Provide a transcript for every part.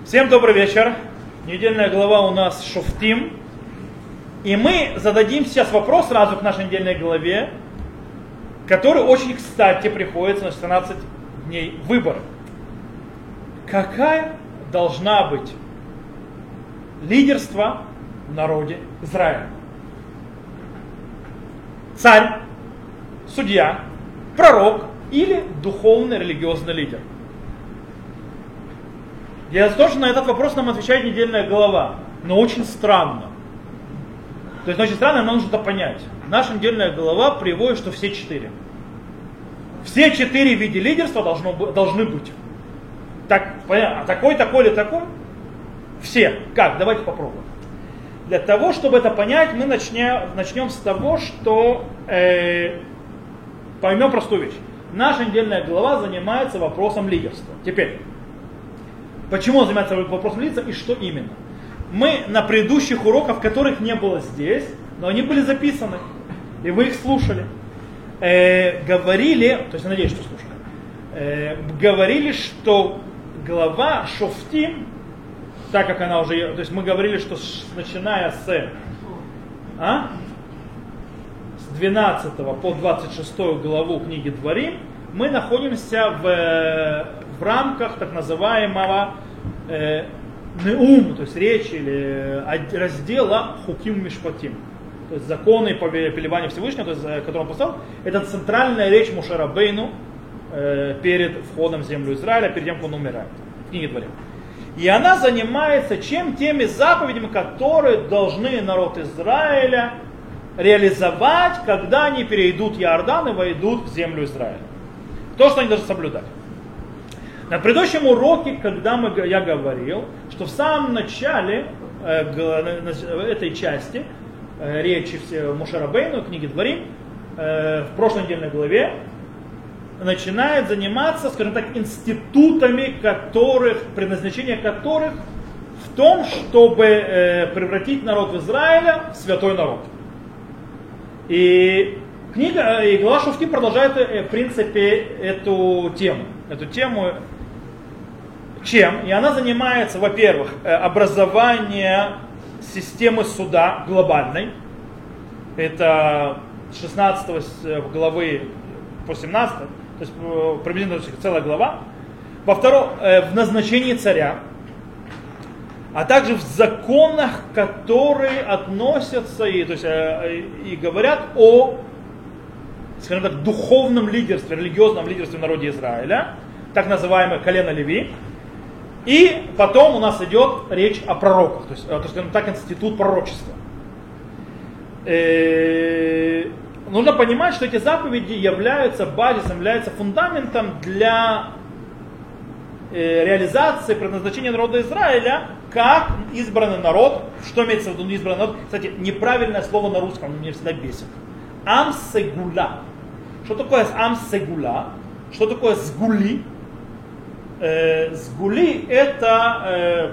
Всем добрый вечер. Недельная глава у нас Шофтим. И мы зададим сейчас вопрос сразу к нашей недельной главе, который очень кстати приходится на 16 дней выбора. Какая должна быть лидерство в народе Израиля? Царь, судья, пророк или духовный религиозный лидер? Я тоже на этот вопрос нам отвечает недельная глава, но очень странно. То есть очень странно, нам нужно это понять. Наша недельная глава приводит, что все четыре. Все четыре вида лидерства должны быть. Так, понятно, такой или такой? Все. Как? Давайте попробуем. Для того, чтобы это понять, мы начнем с того, что поймем простую вещь. Наша недельная глава занимается вопросом лидерства. Теперь, почему он занимается вопросом лидерства и что именно? Мы на предыдущих уроках, которых не было здесь, но они были записаны, и вы их слушали, говорили, то есть я надеюсь, что слушали, говорили, что глава Шофтим, так как она уже, то есть мы говорили, что начиная с 12 по 26 главу книги Дворим, мы находимся в рамках так называемого неум, то есть речи или раздела Хуким Мишпатим, то есть законы и повелевания Всевышнего, то есть, который он поставил. Это центральная речь Моше Рабейну перед входом в землю Израиля, перед тем, как он умирает, в книге Дворим. И она занимается теми заповедями, которые должны народ Израиля реализовать, когда они перейдут Иордан и войдут в землю Израиля. То, что они должны соблюдать. На предыдущем уроке, когда я говорил, что в самом начале этой части речи Моше Рабейну, книги Дворим, в прошлой недельной главе, начинает заниматься, скажем так, институтами, предназначение которых в том, чтобы превратить народ Израиля в святой народ. И глава Шофтим продолжает, в принципе, эту тему чем? И она занимается, во-первых, образованием системы суда глобальной. Это 16 главы по 17, то есть приблизительно целая глава. Во-вторых, в назначении царя, а также в законах, которые относятся и говорят о, скажем так, духовном лидерстве, религиозном лидерстве в народе Израиля, так называемое колено Леви. И потом у нас идет речь о пророках, то есть, скажем так, институт пророчества. Нужно понимать, что эти заповеди являются базисом, являются фундаментом для реализации предназначения народа Израиля как избранный народ. Что имеется в виду избранный народ? Кстати, неправильное слово на русском меня всегда бесит. Ам-сегула. Что такое ам-сегула? Что такое сгули? Сгули это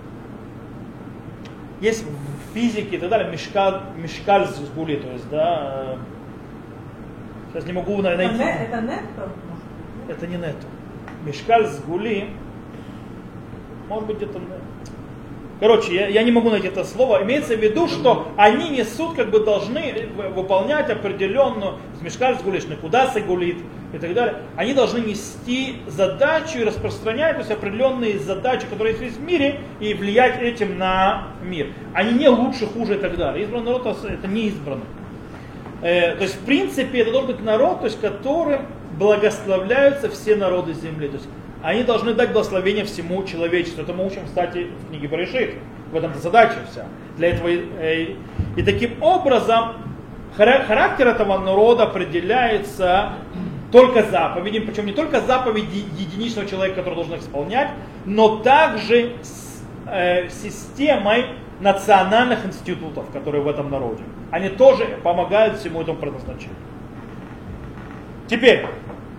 есть в физике и так далее мишкаль сгули, то есть, да, сейчас не могу найти. Это нетто? Это не нетто. Мишкаль сгули, может быть это нетто. Короче, я не могу найти это слово. Имеется в виду, что они несут, должны выполнять определенную мишкаль сгулиш, куда сгулит и так далее. Они должны нести задачу и распространять, то есть определенные задачи, которые есть в мире, и влиять этим на мир. Они не лучше, хуже и так далее. Избранный народ это не избранный. То есть в принципе это должен быть народ, то есть которым благословляются все народы земли. То есть они должны дать благословение всему человечеству. Это мы учим, кстати, в книге Берешит. В этом-то задача вся. Для этого и таким образом характер этого народа определяется только заповедями, причем не только заповеди единичного человека, который должен их исполнять, но также системой национальных институтов, которые в этом народе. Они тоже помогают всему этому предназначению. Теперь,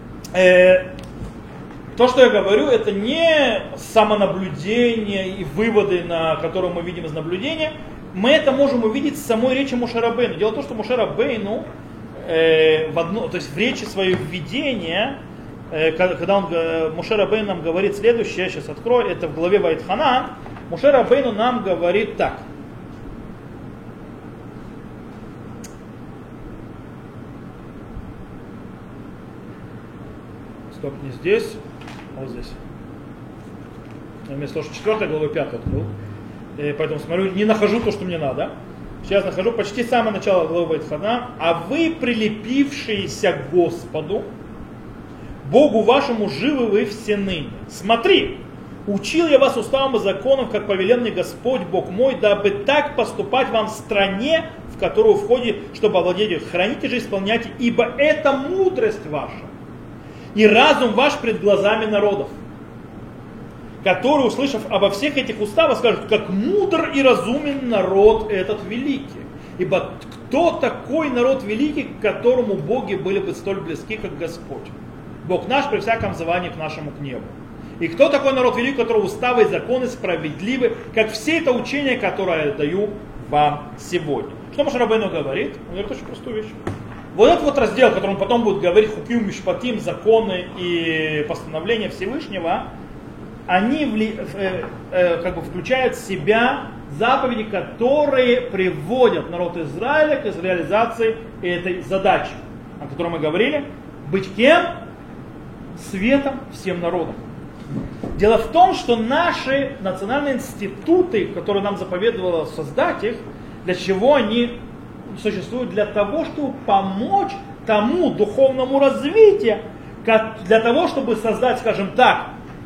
то, что я говорю, это не самонаблюдение и выводы, которые мы видим из наблюдения. Мы это можем увидеть в самой речи Моше Рабейну. Дело в том, что Моше Рабейну то есть в речи своего введения когда Моше Рабейну нам говорит следующее, я сейчас открою, это в главе Ваэтханан, Моше Рабейну нам говорит так. Стоп, не здесь, а вот здесь. Я вместо 4 главы 5 открыл. Поэтому смотрю, не нахожу то, что мне надо. Сейчас нахожу почти самое начало главы Ваэтханан. А вы, прилепившиеся к Господу, Богу вашему, живы вы все ныне. Смотри, учил я вас уставам и законам, как повелел мне Господь, Бог мой, дабы так поступать вам в стране, в которую входите, чтобы овладеть ее. Храните же, исполняйте, ибо это мудрость ваша и разум ваш пред глазами народов, которые, услышав обо всех этих уставах, скажут, как мудр и разумен народ этот великий. Ибо кто такой народ великий, к которому боги были бы столь близки, как Господь? Бог наш при всяком звании к нашему к небу. И кто такой народ великий, у которого уставы и законы справедливы, как все это учение, которое я даю вам сегодня. Что Моше Рабейну говорит? Он говорит очень простую вещь. Вот этот вот раздел, в котором потом будет говорить хуким, мишпатим, законы и постановления Всевышнего, они как бы включают в себя заповеди, которые приводят народ Израиля к реализации этой задачи, о которой мы говорили. Быть кем? Светом всем народам. Дело в том, что наши национальные институты, которые нам заповедовало создать их, для чего они существуют? Для того, чтобы помочь тому духовному развитию, для того, чтобы создать, скажем так,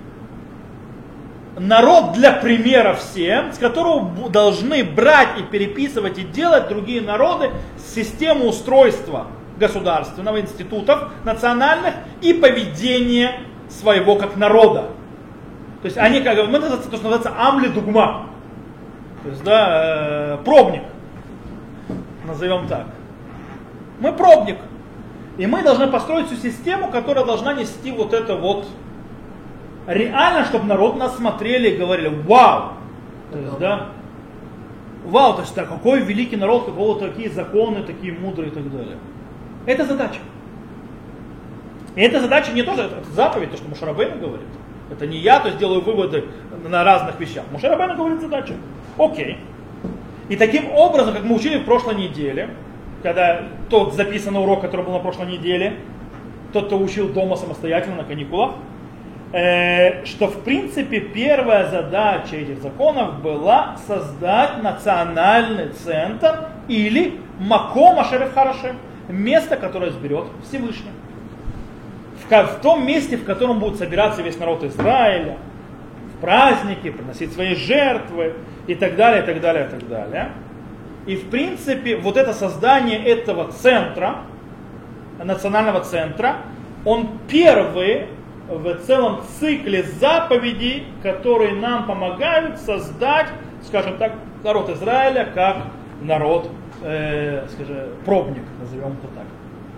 народ для примера всем, с которого должны брать и переписывать и делать другие народы систему устройства государственного, институтов национальных и поведения своего как народа. То есть они, как мы называется, то, что называется амли дугма. То есть, да, пробник. Назовем так. Мы пробник. И мы должны построить всю систему, которая должна нести вот это вот реально, чтобы народ нас смотрели и говорили: вау! То есть, да, вау, то есть, да, какой великий народ, какого такие законы, такие мудрые и так далее. Это задача. И эта задача не тоже, это заповедь, то, что Моше Рабейну говорит. Это не я, то есть делаю выводы на разных вещах. Моше Рабейну говорит задачу. Окей. И таким образом, как мы учили в прошлой неделе, когда тот записанный урок, который был на прошлой неделе, тот, кто учил дома самостоятельно на каникулах, что в принципе первая задача этих законов была создать национальный центр или маком ашерев харашем, место, которое изберет Всевышний. В том месте, в котором будет собираться весь народ Израиля, в праздники, приносить свои жертвы и так далее, и так далее, и так далее. И в принципе вот это создание этого центра, национального центра, он первый в целом цикле заповедей, которые нам помогают создать, скажем так, народ Израиля как народ, скажем, пробник, назовем это так.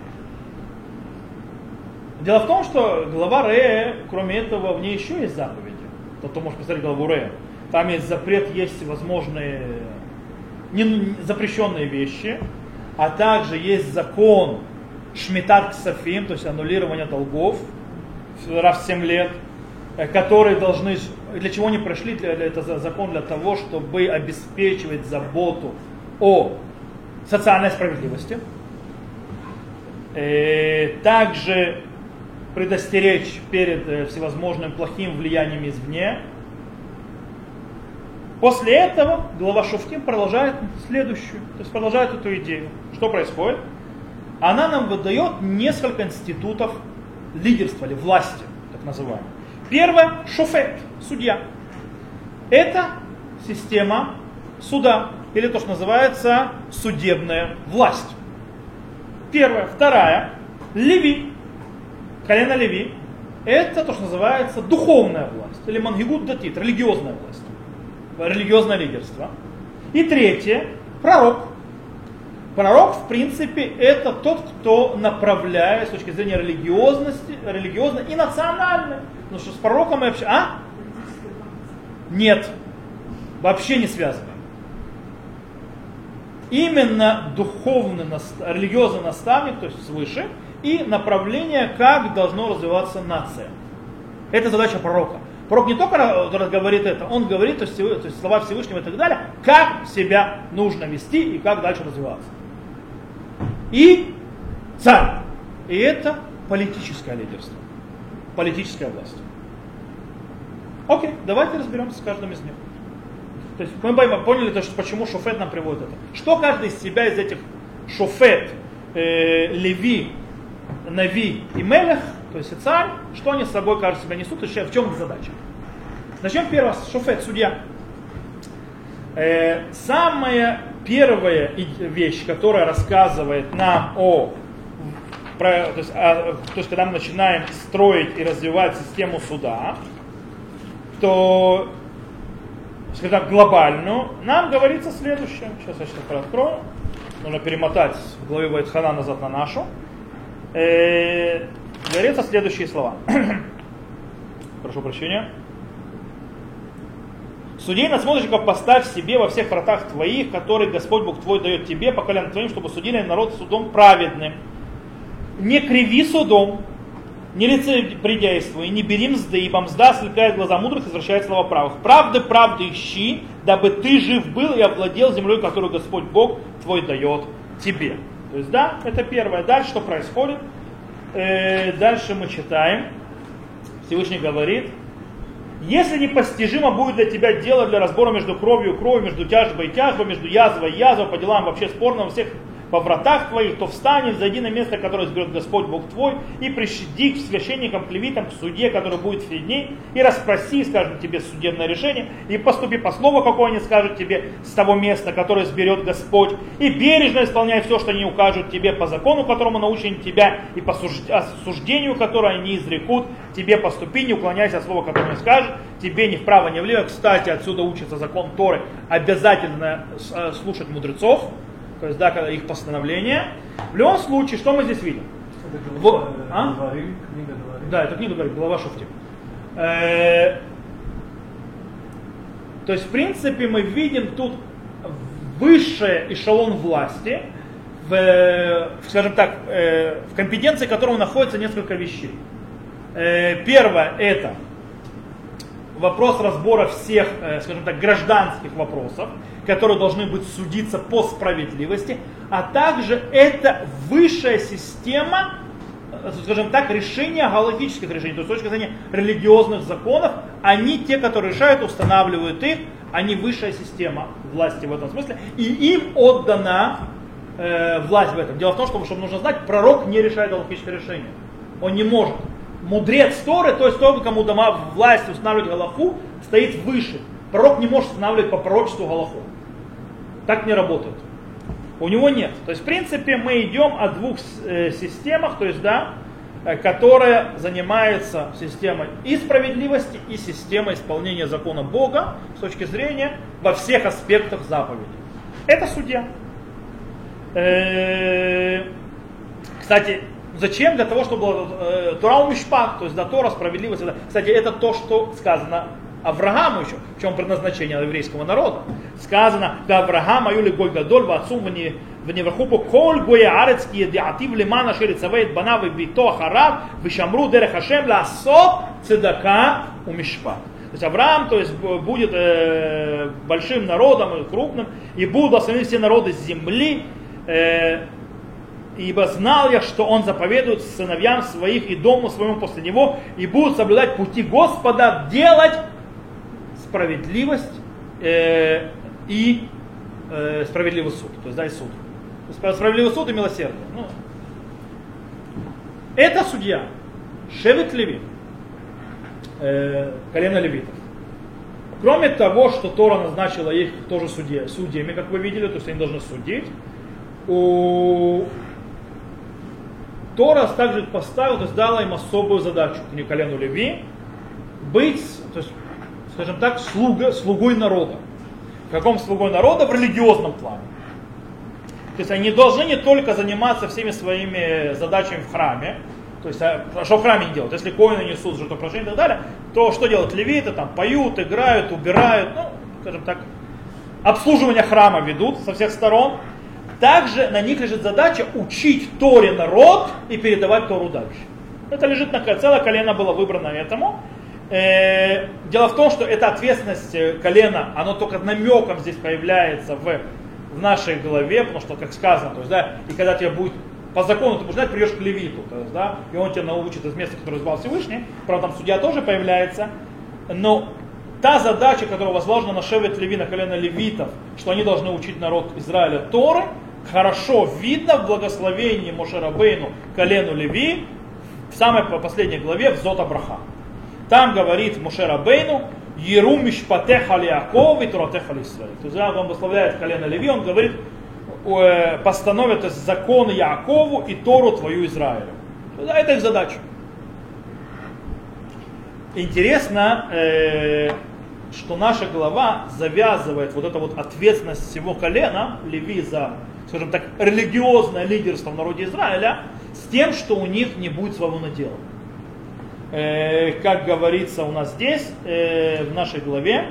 Дело в том, что глава Ре, кроме этого, в ней еще есть заповеди. Кто может посмотреть главу Ре. Там есть запрет, есть всевозможные запрещенные вещи, а также есть закон шмитат ксафим, то есть аннулирование долгов раз в 7 лет, которые должны, для чего они пришли, это закон для того, чтобы обеспечивать заботу о социальной справедливости, также предостеречь перед всевозможным плохим влиянием извне. После этого глава Шуфтим продолжает следующую, то есть продолжает эту идею. Что происходит? Она нам выдает несколько институтов лидерства или власти, так называемые. Первое – шуфет, судья. Это система суда, или то, что называется судебная власть. Первое. Вторая – леви, колено леви. Это то, что называется духовная власть, или мангигут датит, религиозная власть, религиозное лидерство. И третье – пророк. Пророк, в принципе, это тот, кто направляет с точки зрения религиозной и национальной. Потому что с пророком мы вообще... Нет, вообще не связано. Именно духовный, религиозный наставник, то есть свыше, и направление, как должно развиваться нация. Это задача пророка. Пророк не только говорит это, он говорит, то есть слова Всевышнего и так далее, как себя нужно вести и как дальше развиваться. И царь. И это политическое лидерство, политическая власть. Окей, давайте разберемся с каждым из них. То есть мы поняли, почему шофет нам приводит это. Что каждый из себя из этих шофет, леви, нави и мелех, то есть и царь, что они с собой, кажется, себя несут, и в чем их задача. Начнем первое, шофет, судья. Самая первая вещь, которая рассказывает нам то есть когда мы начинаем строить и развивать систему суда, то, скажем так, глобальную, нам говорится следующее. Сейчас я что-то открою. Нужно перемотать в главе Ваэтхана назад на нашу. Говорится следующие слова. Прошу прощения. Судей надсмотрщиков поставь себе во всех вратах твоих, которые Господь Бог твой дает тебе, по коленам твоим, чтобы судили народ судом праведным. Не криви судом, не лицепредействуй, не бери мзды, ибо мзда слепляет глаза мудрых и возвращает слова правых. Правды ищи, дабы ты жив был и овладел землей, которую Господь Бог твой дает тебе. То есть, да, это первое. Дальше что происходит? Дальше мы читаем. Всевышний говорит: если непостижимо будет для тебя дело для разбора между кровью и кровью, между тяжбой и тяжбой, между язвой и язвой, по делам вообще спорным всех по вратах твоих, то встань и зайди на место, которое изберет Господь Бог твой, и пришли к священникам, к левитам, к судье, который будет среди ней, и расспроси, скажет тебе судебное решение, и поступи по слову, какое они скажут тебе с того места, которое изберет Господь, и бережно исполняй все, что они укажут тебе по закону, которому научен тебя, и по суждению, которое они изрекут, тебе поступи, не уклоняйся от слова, которое они скажут, тебе ни вправо, ни влево. Кстати, отсюда учится закон Торы, обязательно слушать мудрецов, то есть, да, их постановление. В любом случае, что мы здесь видим? Это книга Дворим. Да, это книга Дворим, глава Шуфтим. То есть, в принципе, мы видим тут высший эшелон власти, скажем так, в компетенции которого находится несколько вещей. Первое – это вопрос разбора всех, скажем так, гражданских вопросов, которые должны быть судиться по справедливости, а также это высшая система, скажем так, решения галактических решений, то есть с точки зрения религиозных законов, они те, которые решают, устанавливают их, они высшая система власти в этом смысле, и им отдана власть в этом. Дело в том, что нужно знать, пророк не решает галактические решения, он не может. Мудрец Торы, то есть тот, кому дама власть устанавливать галаху, стоит выше. Пророк не может устанавливать по пророчеству галаху. Так не работает. У него нет. То есть, в принципе, мы идем о двух системах, то есть, да, которая занимается системой и справедливости, и системой исполнения закона Бога с точки зрения во всех аспектах заповедей. Это судья. Кстати, зачем? Для того, чтобы была Тора Мишпат, то есть, да, Тора, справедливость. Кстати, это то, что сказано Аврааму еще, в чем предназначение еврейского народа. Сказано: да Авраам аюли гой гадоль вацум вневерхупу коль гоя арецкие диатив лимана шерицавейт банавы бито харав вишамру дерех Хашем ласот цедака у мишпат. То есть Авраам, то есть, будет большим народом, крупным, и будут благословены все народы земли, ибо знал я, что он заповедует сыновьям своих и дому своему после него, и будут соблюдать пути Господа, делать справедливость и справедливый суд. То есть, да, и суд. Справедливый суд и милосердие. Ну, это судья. Шевет Леви. Колено левитов. Кроме того, что Тора назначила их тоже судьями, как вы видели, то есть они должны судить, Тора также поставил, то есть дала им особую задачу, к колену Леви, быть, то есть, скажем так, слугой народа. В каком слугой народа? В религиозном плане. То есть они должны не только заниматься всеми своими задачами в храме, то есть, что в храме не делают? Если коины несут жертвоприношения и так далее, то что делают левиты? Там поют, играют, убирают, ну, скажем так, обслуживание храма ведут со всех сторон. также на них лежит задача учить Торе народ и передавать Тору дальше. Это лежит на целое колено было выбрано этому. Дело в том, что эта ответственность колена, оно только намеком здесь появляется в нашей голове, потому что, как сказано, то есть, да, и когда тебе будет по закону, ты будешь знать, придешь к левиту, то есть, да, и он тебя научит из места, которое избрал Всевышний, правда, там судья тоже появляется, но та задача, которая возложена на шевет Леви, на колено левитов, что они должны учить народ Израиля Торы, хорошо видно в благословении Моше Рабейну колену Леви в самой последней главе в Зот Браха. Там говорит Моше Рабейну: Еру мишпатеха лиаков и туратеха лисраэль. То есть он благословляет колено Леви, он говорит, постановят то есть, законы Яакову и Тору твою Израилю. Это их задача. Интересно, что наша глава завязывает вот эту вот ответственность всего колена Леви за, скажем так, религиозное лидерство в народе Израиля с тем, что у них не будет своего надела. Как говорится у нас здесь, в нашей главе,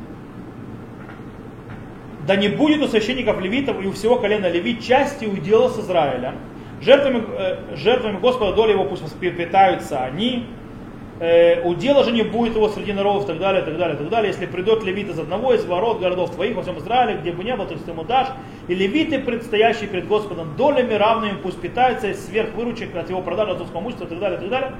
да не будет у священников левитов и у всего колена Леви части удела с Израиля. Жертвами Господа доли его пусть воспитаются они. Удела же не будет его среди народов, и так далее, и так далее, и так далее. Если придет левит из одного из ворот городов твоих во всем Израиле, где бы не было, то есть ты ему дашь. И левиты, предстоящие перед Господом долями равными, пусть питаются из сверхвыручек от его продажи отцовского имущества, и так далее, и так далее.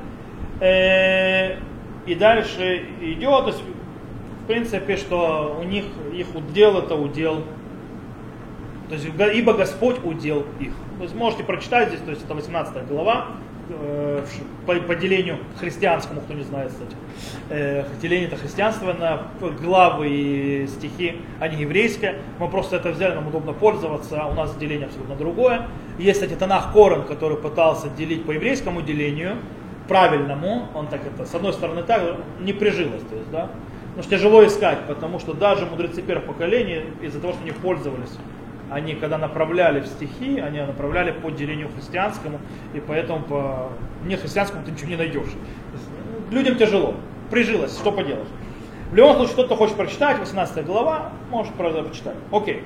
И дальше идет, то есть, в принципе, что у них их удел это удел, то есть ибо Господь удел их. То есть можете прочитать здесь, то есть это 18 глава, по делению христианскому, кто не знает, кстати. Деление это христианство на главы и стихи, а не еврейское. Мы просто это взяли, нам удобно пользоваться, а у нас деление абсолютно другое. Есть, кстати, Танах Коран, который пытался делить по еврейскому делению, правильному, он так это, с одной стороны так, не прижилось, то есть, да, потому что тяжело искать, потому что даже мудрецы первых поколений, из-за того, что они пользовались, они когда направляли в стихи, они направляли по делению христианскому, и поэтому по нехристианскому ты ничего не найдешь. Людям тяжело, прижилось, что поделать. В любом случае, кто-то хочет прочитать, 18 глава, может прочитать. Окей.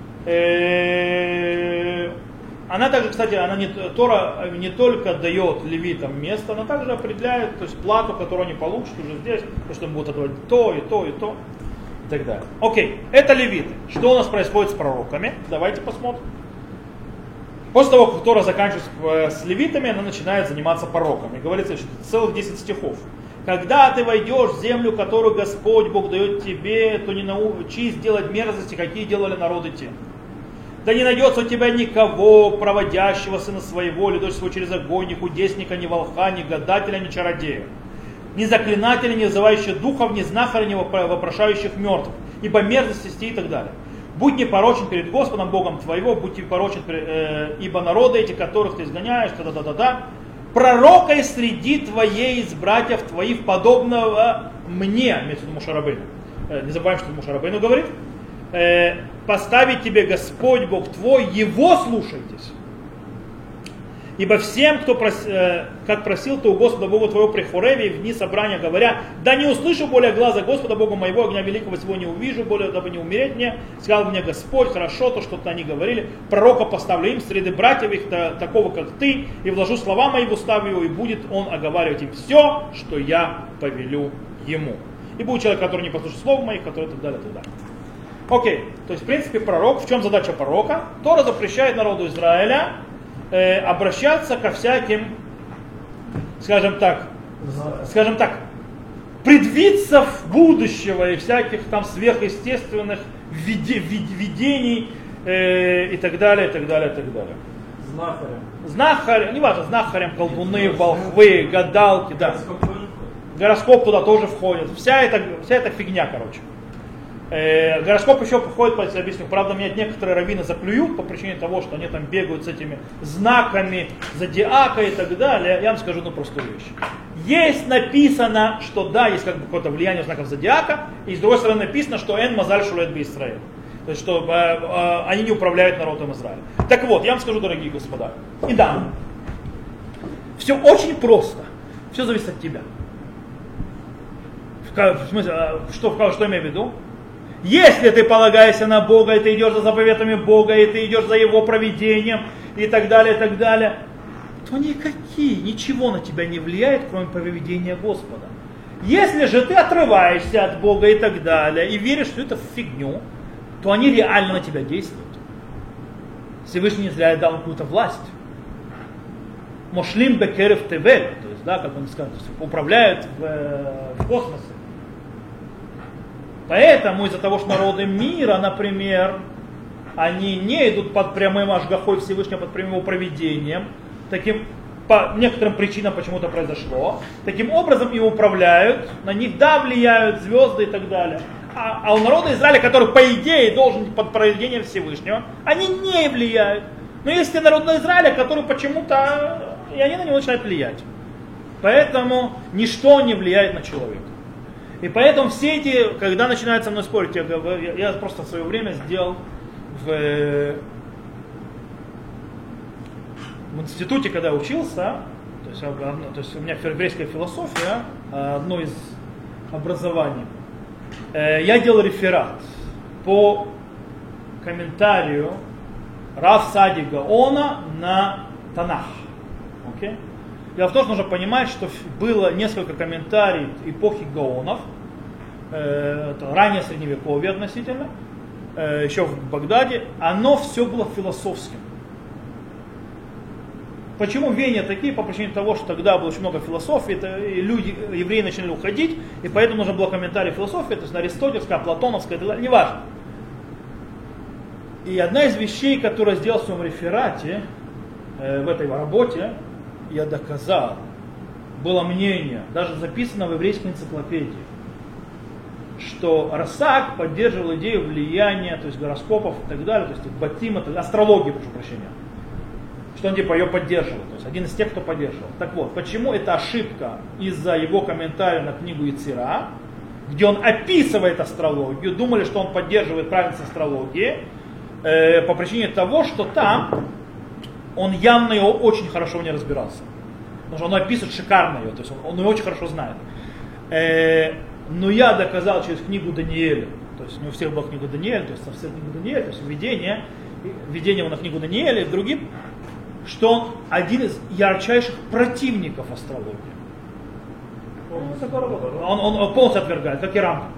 Она также, кстати, Тора не только дает левитам место, она также определяет, то есть плату, которую они получат уже здесь, то, что им будут отдавать то, и то, и то, и так далее. Окей, это левиты. Что у нас происходит с пророками? Давайте посмотрим. После того, как Тора заканчивается с левитами, она начинает заниматься пророками. Говорится, что целых 10 стихов. Когда ты войдешь в землю, которую Господь Бог дает тебе, то не научись делать мерзости, какие делали народы те. Да не найдется у тебя никого, проводящего сына своего, или дочь своего через огонь, ни кудесника, ни волха, ни гадателя, ни чародея, ни заклинателя, ни вызывающих духов, ни знахаря, ни вопрошающих мертвых, ибо мерзости стихи и так далее. Будь непорочен перед Господом Богом твоего, будь непорочен, ибо народы эти, которых ты изгоняешь, та-да-да-да-да, пророка из среди твоей, из братьев твоих, подобного мне, имеется в виду Моше Рабейну. Не забываем, что Моше Рабейну говорит. Поставить тебе Господь Бог твой, Его слушайтесь. Ибо всем, кто как просил ты у Господа Бога твоего при Хореве в дни собрания, говоря, да не услышу более глаза Господа Бога моего, огня великого всего не увижу, более дабы не умереть мне, сказал мне Господь, хорошо то, что-то они говорили, пророка поставлю им среди братьев их, такого как ты, и вложу слова мои в устав его, и будет он оговаривать им все, что я повелю ему. И будет человек, который не послушает слов моих, который и так далее, и так далее. Окей, то есть в принципе пророк, в чем задача пророка? Тора запрещает народу Израиля обращаться ко всяким, скажем так, предвидцев будущего и всяких там сверхъестественных видений и так далее, и так далее, и так далее. Знахарем, не важно, знахарем, колдуны, волхвы, гадалки, да. Гороскоп туда тоже входит. Вся эта фигня, короче. Гороскоп еще входит, я объясню, правда, меня некоторые раввины заклюют по причине того, что они там бегают с этими знаками зодиака и так далее. Я вам скажу одну простую вещь. Есть написано, что да, есть как бы какое-то влияние знаков зодиака, и с другой стороны написано, что «эн мазаль шулет би Исраэль». То есть, что они не управляют народом Израиля. Так вот, я вам скажу, дорогие господа, и да, все очень просто, все зависит от тебя. В смысле, что имею в виду? Если ты полагаешься на Бога, и ты идешь за заповедами Бога, и ты идешь за Его провидением, и так далее, то ничего на тебя не влияет, кроме поведения Господа. Если же ты отрываешься от Бога и так далее, и веришь, что это фигню, то они реально на тебя действуют. Всевышний не зря дал какую-то власть. Мошлим бекерев тевель, то есть, да, как он сказал, управляют в космосе. Поэтому из-за того, что народы мира, например, они не идут под прямым ашгахой Всевышнего, под прямым провидением, таким по некоторым причинам почему-то произошло, таким образом и управляют, на них да влияют звезды и так далее. А у народа Израиля, который по идее должен быть под проведением Всевышнего, они не влияют. Но есть и народ Израиля, который почему-то, и они на него начинают влиять. Поэтому ничто не влияет на человека. И поэтому все эти, когда начинают со мной спорить, я просто в свое время сделал в институте, когда я учился, то есть у меня еврейская философия, одно из образований, я делал реферат по комментарию Рав Сади Гаона на Танах. Okay? Дело в том, что нужно понимать, что было несколько комментариев эпохи Гаонов, это раннее средневековье относительно, еще в Багдаде, оно все было философским. Почему веяния такие? По причине того, что тогда было очень много философии, и люди, евреи начали уходить, и поэтому нужно было комментарий философии, то есть аристотельская, платоновская и так далее, неважно. И одна из вещей, которую я сделал в своем реферате, в этой работе, я доказал, было мнение, даже записано в еврейской энциклопедии, что Расак поддерживал идею влияния, то есть гороскопов и так далее, то есть батима, астрологии, прошу прощения, что он типа ее поддерживал, то есть один из тех, кто поддерживал. Так вот, почему это ошибка из-за его комментария на книгу Ицира, где он описывает астрологию, думали, что он поддерживает правильность астрологии, по причине того, что там он явно его очень хорошо не разбирался. Потому что он описывает шикарно ее, то есть он ее очень хорошо знает. Но я доказал через книгу Даниэля, то есть не у всех была книга Даниэля, то есть совсем книга Даниэля, то есть введение его на книгу Даниэля и другим, что он один из ярчайших противников астрологии. Он полностью отвергает, как и Рамбам.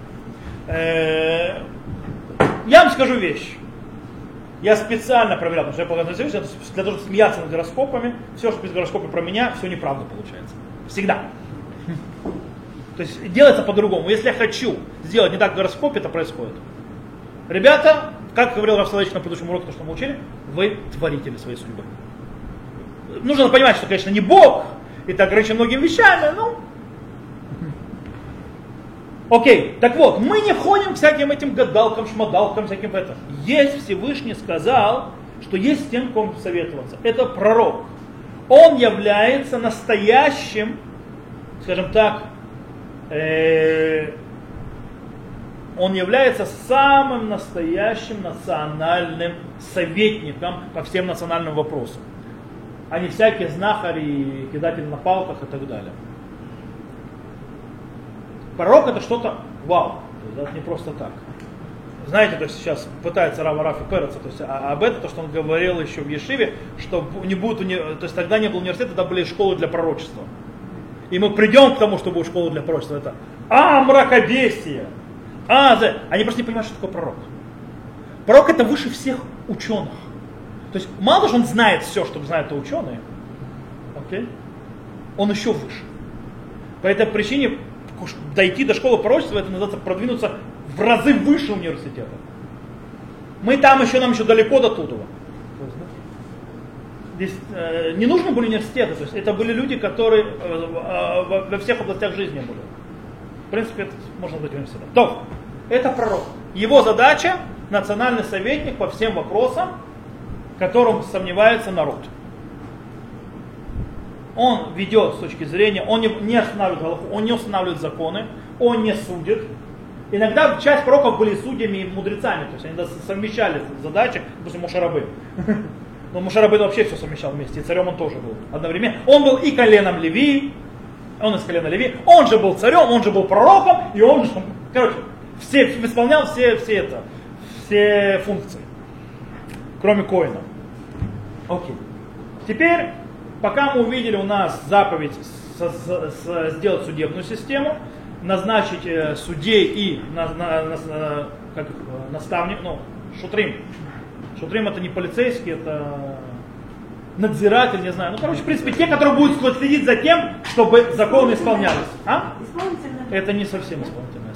Я вам скажу вещь. Я специально проверял, потому что я полагаю, для того, чтобы смеяться над гороскопами, все, что без гороскопа про меня, все неправда получается. Всегда. То есть делается по-другому. Если я хочу сделать не так в гороскопе, это происходит. Ребята, как говорил Рав Соловейчик на предыдущем уроке, то, что мы учили, вы творители своей судьбы. Нужно понимать, что, конечно, не Бог, и так ограничен многими вещами, но... Окей, так вот, мы не входим к всяким этим гадалкам, шмадалкам, всяким это. Есть Всевышний сказал, что есть с тем, кому советоваться. Это пророк. Он является настоящим, скажем так, он является самым настоящим национальным советником по всем национальным вопросам. А не всякие знахари, кидатели на палках и так далее. Пророк это что-то вау, то есть, это не просто так. Знаете, то есть сейчас пытается Рав Рафи Переца, то есть об этом, то, что он говорил еще в Ешиве, что не будет, то есть тогда не было университета, тогда были школы для пророчества. И мы придем к тому, что будет школа для пророчества. Это мракобесие. Они просто не понимают, что такое пророк. Пророк это выше всех ученых. То есть мало того, что он знает все, что знают ученые, okay? Он еще выше. По этой причине дойти до школы пророчества, это называется продвинуться в разы выше университета. Нам еще далеко до туда. Здесь не нужны были университеты, то есть это были люди, которые во всех областях жизни были. В принципе, это можно быть университетом. То, это пророк. Его задача национальный советник по всем вопросам, в котором сомневается народ. Он ведет с точки зрения, он не останавливает галаху, он не устанавливает законы, он не судит. Иногда часть пророков были судьями и мудрецами, то есть они совмещали задачи, допустим, Моше Рабейну. Но Моше Рабейну вообще все совмещал вместе, и царем он тоже был одновременно. Он был и коленом Леви, он из колена Леви, он же был царем, он же был пророком, и он же... Короче, выполнял все функции, кроме Коэна. Окей. Теперь, пока мы увидели у нас заповедь сделать судебную систему, назначить судей и как наставник, шутрим. Шутрим это не полицейский, это надзиратель, не знаю. В принципе, те, которые будут следить за тем, чтобы законы исполнялись. Это не совсем исполнительная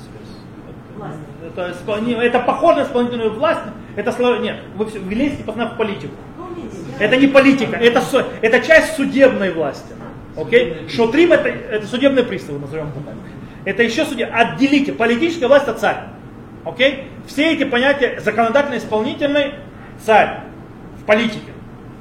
связь. Это похоже на исполнительную власть. Это слово нет. Вы лезете постоянно в политику. Это не политика, это часть судебной власти. Окей? Шутрим это судебные приставы, назовем это так. Это еще судья. Отделите политическая власть от царь. Окей? Все эти понятия законодательный, исполнительный, царь в политике.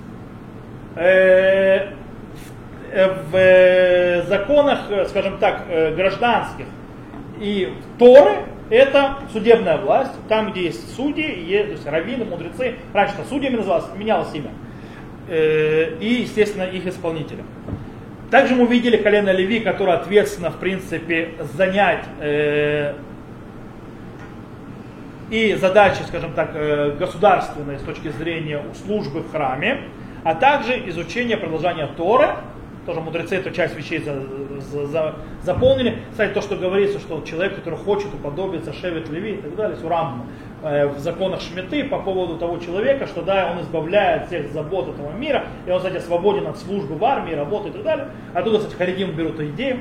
В законах, скажем так, гражданских и Торы это судебная власть, там где есть судьи, то есть раввины, мудрецы, раньше-то судьями называлось, менялось имя, и, естественно, их исполнители. Также мы увидели колено Леви, которое ответственно, в принципе, занять и задачи, скажем так, государственные с точки зрения службы в храме, а также изучение продолжения Торы. Тоже мудрецы эту часть вещей заполнили. Кстати, то, что говорится, что человек, который хочет уподобиться Шевет Леви и так далее, Сурамну, в законах Шмиты по поводу того человека, что да, он избавляет всех забот этого мира, и он, кстати, свободен от службы в армии, работы и так далее. Оттуда, кстати, харидим берут эту идею.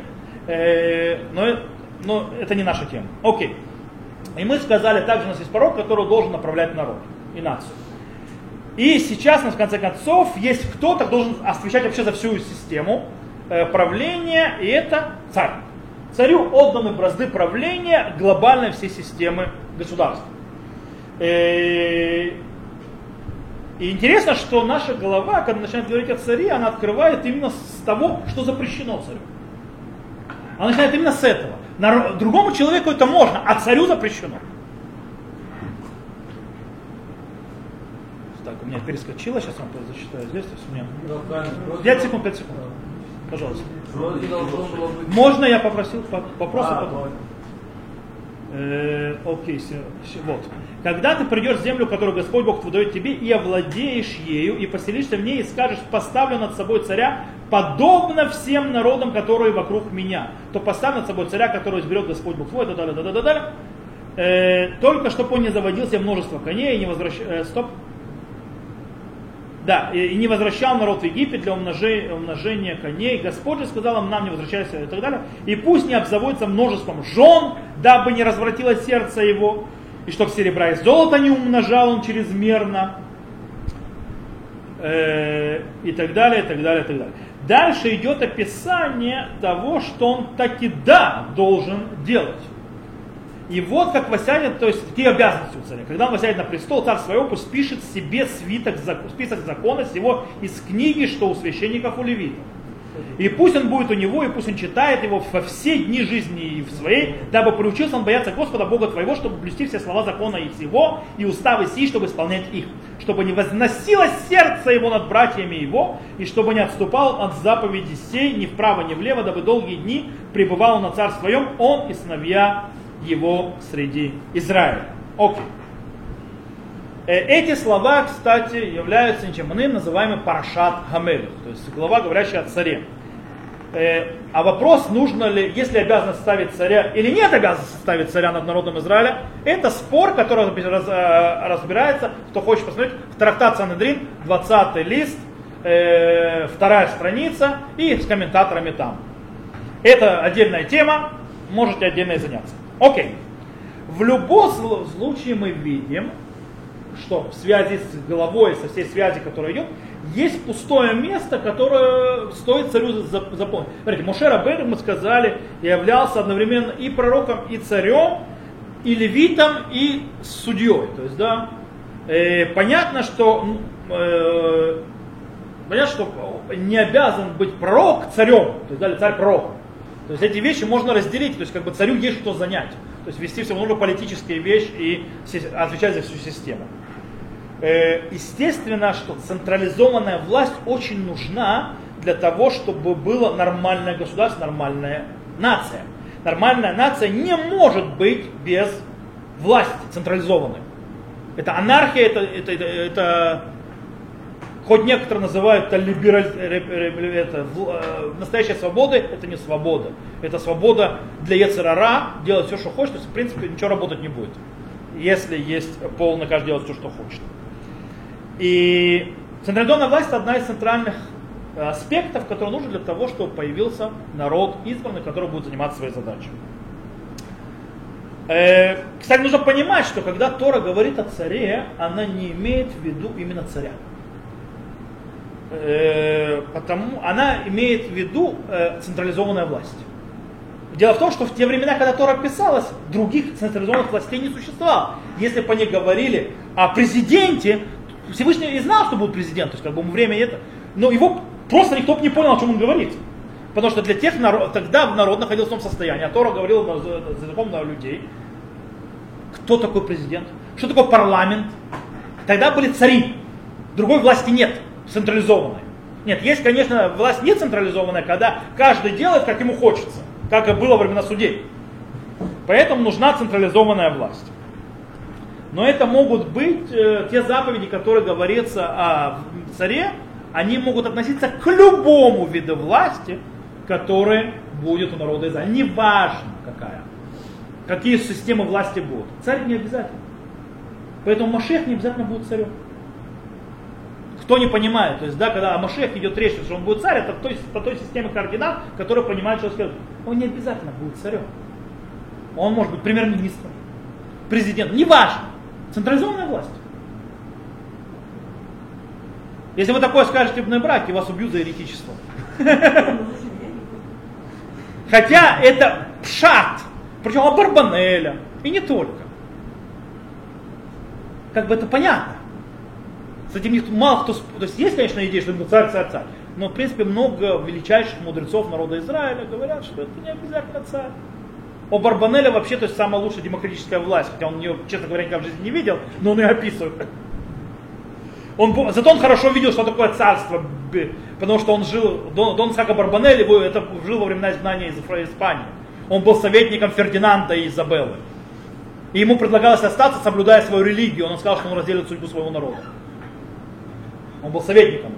Но это не наша тема. Окей. И мы сказали, также у нас есть пророк, который должен направлять народ и нацию. И сейчас, в конце концов, есть кто-то, кто должен отвечать вообще за всю систему правления, и это царь. Царю отданы бразды правления глобальной всей системы государства. И интересно, что наша глава, когда начинает говорить о царе, она открывает именно с того, что запрещено царю. Она начинает именно с этого. Другому человеку это можно, а царю запрещено. Так, у меня перескочило, сейчас вам зачитаю здесь. То есть у меня 5 секунд. Пожалуйста. Можно я попросил вопросы потом? Окей, вот. Когда ты придешь в землю, которую Господь Бог твой дает тебе, и овладеешь ею, и поселишься в ней, и скажешь, поставлю над собой царя, подобно всем народам, которые вокруг меня, то поставь над собой царя, которого изберет Господь Бог твой, только чтобы он не заводил себе множество коней, и не возвращал... Да, и не возвращал народ в Египет для умножения коней. Господь же сказал им, нам не возвращайся и так далее. И пусть не обзаводится множеством жен, дабы не развратилось сердце его. И чтоб серебра и золота не умножал он чрезмерно. И так далее, и так далее, и так далее. Дальше идет описание того, что он таки должен делать. И вот как восядет, то есть какие обязанности у царя. Когда он восядет на престол, царь своего пусть пишет себе список закона всего из книги, что у священников, у левитов. И пусть он будет у него, и пусть он читает его во все дни жизни в своей, дабы приучился он бояться Господа Бога твоего, чтобы блюсти все слова закона и всего, и уставы сии, чтобы исполнять их. Чтобы не возносилось сердце его над братьями его, и чтобы не отступал от заповеди сей ни вправо, ни влево, дабы долгие дни пребывал на царь своем, он и сыновья его среди Израиля. Окей. Эти слова, кстати, являются ничем иным, называемым Парашат Гамелех, то есть глава, говорящая о царе. А вопрос, нужно ли, есть ли обязанность ставить царя или нет обязанности ставить царя над народом Израиля, это спор, который разбирается, кто хочет посмотреть, в трактат Санедрин, 20 лист, 2 страница и с комментаторами там. Это отдельная тема, можете отдельно заняться. Окей. В любом случае мы видим, что в связи с головой, со всей связи, которая идет, есть пустое место, которое стоит царю заполнить. Смотрите, Моше Рабейну, мы сказали, являлся одновременно и пророком, и царем, и левитом, и судьей. То есть, да, понятно, что не обязан быть пророк царем, то есть, да, царь пророком. То есть эти вещи можно разделить, то есть как бы царю есть что занять. То есть вести все равно политические вещи и отвечать за всю систему. Естественно, что централизованная власть очень нужна для того, чтобы было нормальное государство, нормальная нация. Нормальная нация не может быть без власти централизованной. Это анархия, это хоть некоторые называют это настоящая свобода, это не свобода. Это свобода для йецер ара, делать все, что хочет, то есть в принципе ничего работать не будет. Если есть полный, каждый делает все, что хочет. И централизованная власть это одна из центральных аспектов, которые нужны для того, чтобы появился народ избранный, который будет заниматься своей задачей. Кстати, нужно понимать, что когда Тора говорит о царе, она не имеет в виду именно царя. Потому она имеет в виду централизованная власть. Дело в том, что в те времена, когда Тора писалась, других централизованных властей не существовало. Если бы они говорили о президенте, Всевышний и знал, что будет президент, то есть как бы время это, но его просто никто бы не понял, о чем он говорит. Потому что для тех тогда народ находился в том состоянии, а Тора говорила языком на людей. Кто такой президент? Что такое парламент? Тогда были цари. Другой власти нет, централизованной. Нет, есть, конечно, власть не централизованная, когда каждый делает, как ему хочется, как и было во времена судей. Поэтому нужна централизованная власть. Но это могут быть те заповеди, которые говорится о царе, они могут относиться к любому виду власти, который будет у народа Израиля. Неважно какая. Какие системы власти будут. Царь не обязательно. Поэтому Машиах не обязательно будет царем. Кто не понимает, то есть, да, когда о Машиахе идет речь, что он будет царь, это по той системе координат, которая понимает, что сказать. Он не обязательно будет царем. Он может быть премьер-министром, президентом, неважно. Централизованная власть. Если вы такое скажете в браке, вас убьют за еретичество. Хотя это пшат, причем Абарбанеля, и не только. Как бы это понятно. С этим мало кто... То есть есть, конечно, идея, что царь, но в принципе много величайших мудрецов народа Израиля говорят, что это не обязательно царь. У Барбанеля вообще, то есть самая лучшая демократическая власть, хотя он ее, честно говоря, никогда в жизни не видел, но он ее описывает. Зато он хорошо видел, что такое царство, потому что он жил, Дон Исаака Барбанель, это жил во времена изгнания из Испании. Он был советником Фердинанда и Изабеллы. И ему предлагалось остаться, соблюдая свою религию. Он сказал, что он разделит судьбу своего народа. Он был советником.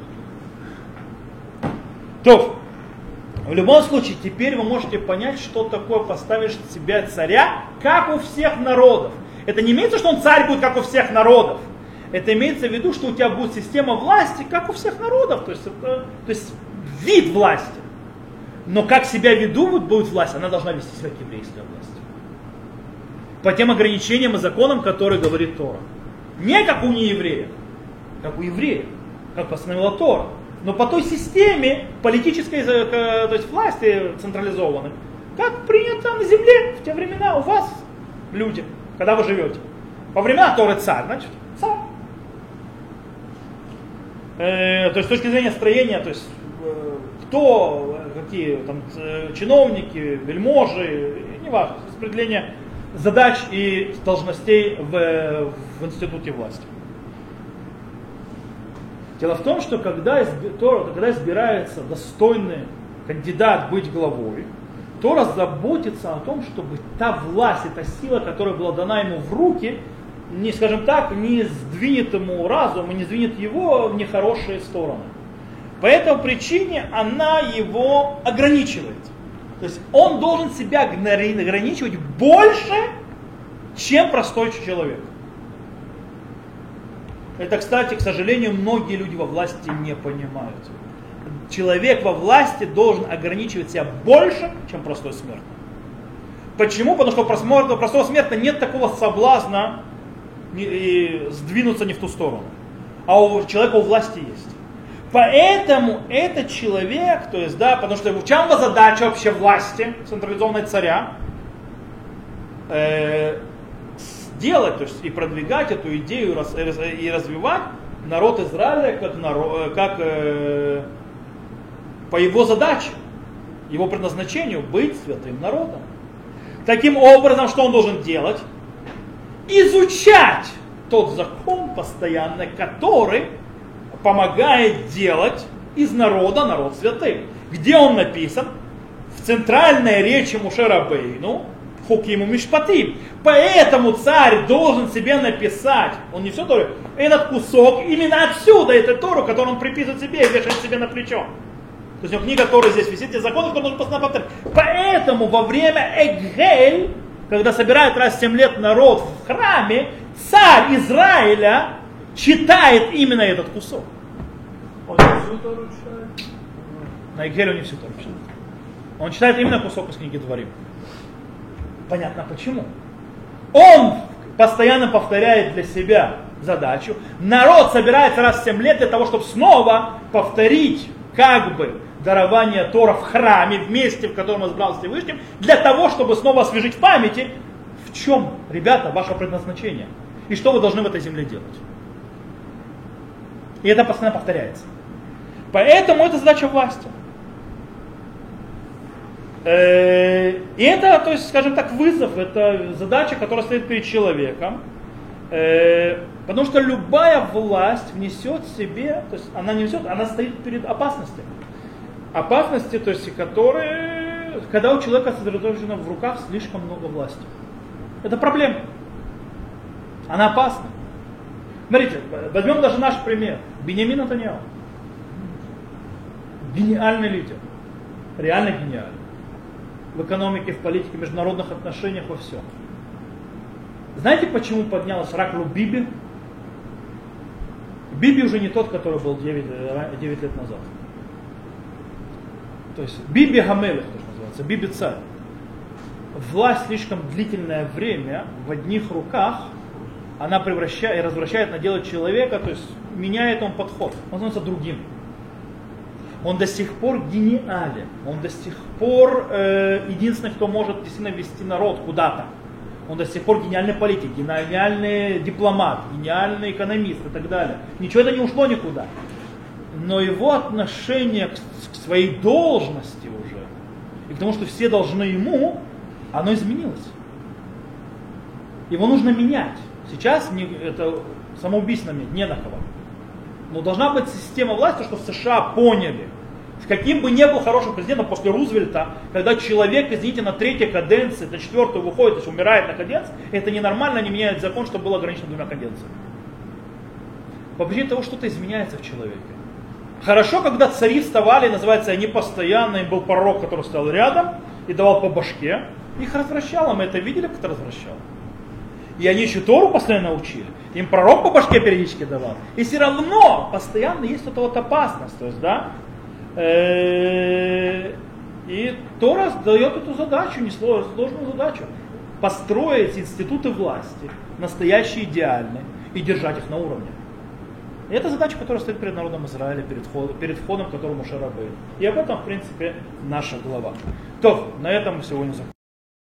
То, в любом случае, теперь вы можете понять, что такое поставишь себя царя, как у всех народов. Это не имеется, что он царь будет, как у всех народов. Это имеется в виду, что у тебя будет система власти, как у всех народов. То есть вид власти. Но как себя ведут будет власть, она должна вести себя как еврейская власть. По тем ограничениям и законам, которые говорит Тора. Не как у неевреев, как у евреев, как постановила Тора. Но по той системе политической, то есть власти централизованной, как принято на земле в те времена у вас, люди, когда вы живете. Во времена Торы царь, значит, царь. То есть с точки зрения строения, то есть кто, какие там чиновники, вельможи, неважно, распределение задач и должностей в институте власти. Дело в том, что когда избирается достойный кандидат быть главой, Тора заботится о том, чтобы та власть, эта сила, которая была дана ему в руки, не, скажем так, не сдвинет ему разум и не сдвинет его в нехорошие стороны. По этой причине она его ограничивает. То есть он должен себя ограничивать больше, чем простой человек. Это, кстати, к сожалению, многие люди во власти не понимают. Человек во власти должен ограничивать себя больше, чем простой смертный. Почему? Потому что у простого смертного нет такого соблазна сдвинуться не в ту сторону. А у человека у власти есть. Поэтому этот человек, то есть, да, потому что в чем задача вообще власти, централизованной царя, сделать, то есть и продвигать эту идею и развивать народ Израиля как по его задаче, его предназначению быть святым народом. Таким образом, что он должен делать? Изучать тот закон постоянно, который помогает делать из народа народ святым. Где он написан? В центральной речи Моше Рабейну, хуким мишпатим. Поэтому царь должен себе написать, он не все Тору, этот кусок, именно отсюда, это Тору, который он приписывает себе и вешает себе на плечо. То есть у него книга Торы здесь висит, те законы, которые нужно постоянно повторять. Поэтому во время Эгель, когда собирают раз в 7 лет народ в храме, царь Израиля читает именно этот кусок. Он не всю Тору читает? На Эгеле он не всю Тору читает. Он читает именно кусок из книги Дворим. Понятно почему. Он постоянно повторяет для себя задачу. Народ собирается раз в 7 лет для того, чтобы снова повторить как бы дарование Тора в храме, в месте, в котором избрал Всевышним, для того, чтобы снова освежить в памяти, в чем, ребята, ваше предназначение. И что вы должны в этой земле делать. И это постоянно повторяется. Поэтому это задача власти. И это, то есть, скажем так, вызов, это задача, которая стоит перед человеком. Потому что любая власть внесет в себе, то есть она не несет, она стоит перед опасностью. Опасности, то есть, которые, когда у человека сосредоточено в руках слишком много власти. Это проблема. Она опасна. Смотрите, возьмем даже наш пример. Биньямин Нетаньяху. Гениальный лидер. Реально гениальный. В экономике, в политике, в международных отношениях, во всем. Знаете, почему поднялась раклу Биби? Биби уже не тот, который был 9 лет назад. То есть Биби Гамелех, то, что называется, Биби царь. Власть слишком длительное время в одних руках, она превращает и развращает на дело человека, то есть меняет он подход, он становится другим. Он до сих пор гениален, он до сих пор единственный, кто может действительно вести народ куда-то. Он до сих пор гениальный политик, гениальный дипломат, гениальный экономист и так далее. Ничего это не ушло никуда. Но его отношение к своей должности уже, и к тому, что все должны ему, оно изменилось. Его нужно менять. Сейчас это самоубийственно менять, не на кого. Но должна быть система власти, что в США поняли, каким бы ни был хорошим президентом после Рузвельта, когда человек, извините, на 3-й каденции, на 4-ю выходит, то есть умирает на каденции, это ненормально, они меняют закон, чтобы было ограничено 2 каденциями. По причине того, что-то изменяется в человеке. Хорошо, когда цари вставали, называется, они постоянно, им был пророк, который стоял рядом и давал по башке, их развращало, мы это видели, как это развращало. И они еще Тору постоянно учили. Им пророк по башке периодически давал. И все равно постоянно есть вот эта вот опасность. То есть, да, и Тора дает эту задачу, несложную задачу. Построить институты власти, настоящие, идеальные, и держать их на уровне. И это задача, которая стоит перед народом Израиля, перед входом, к которому Моше Рабейну. И об этом, в принципе, наша глава. То, на этом мы сегодня закончим.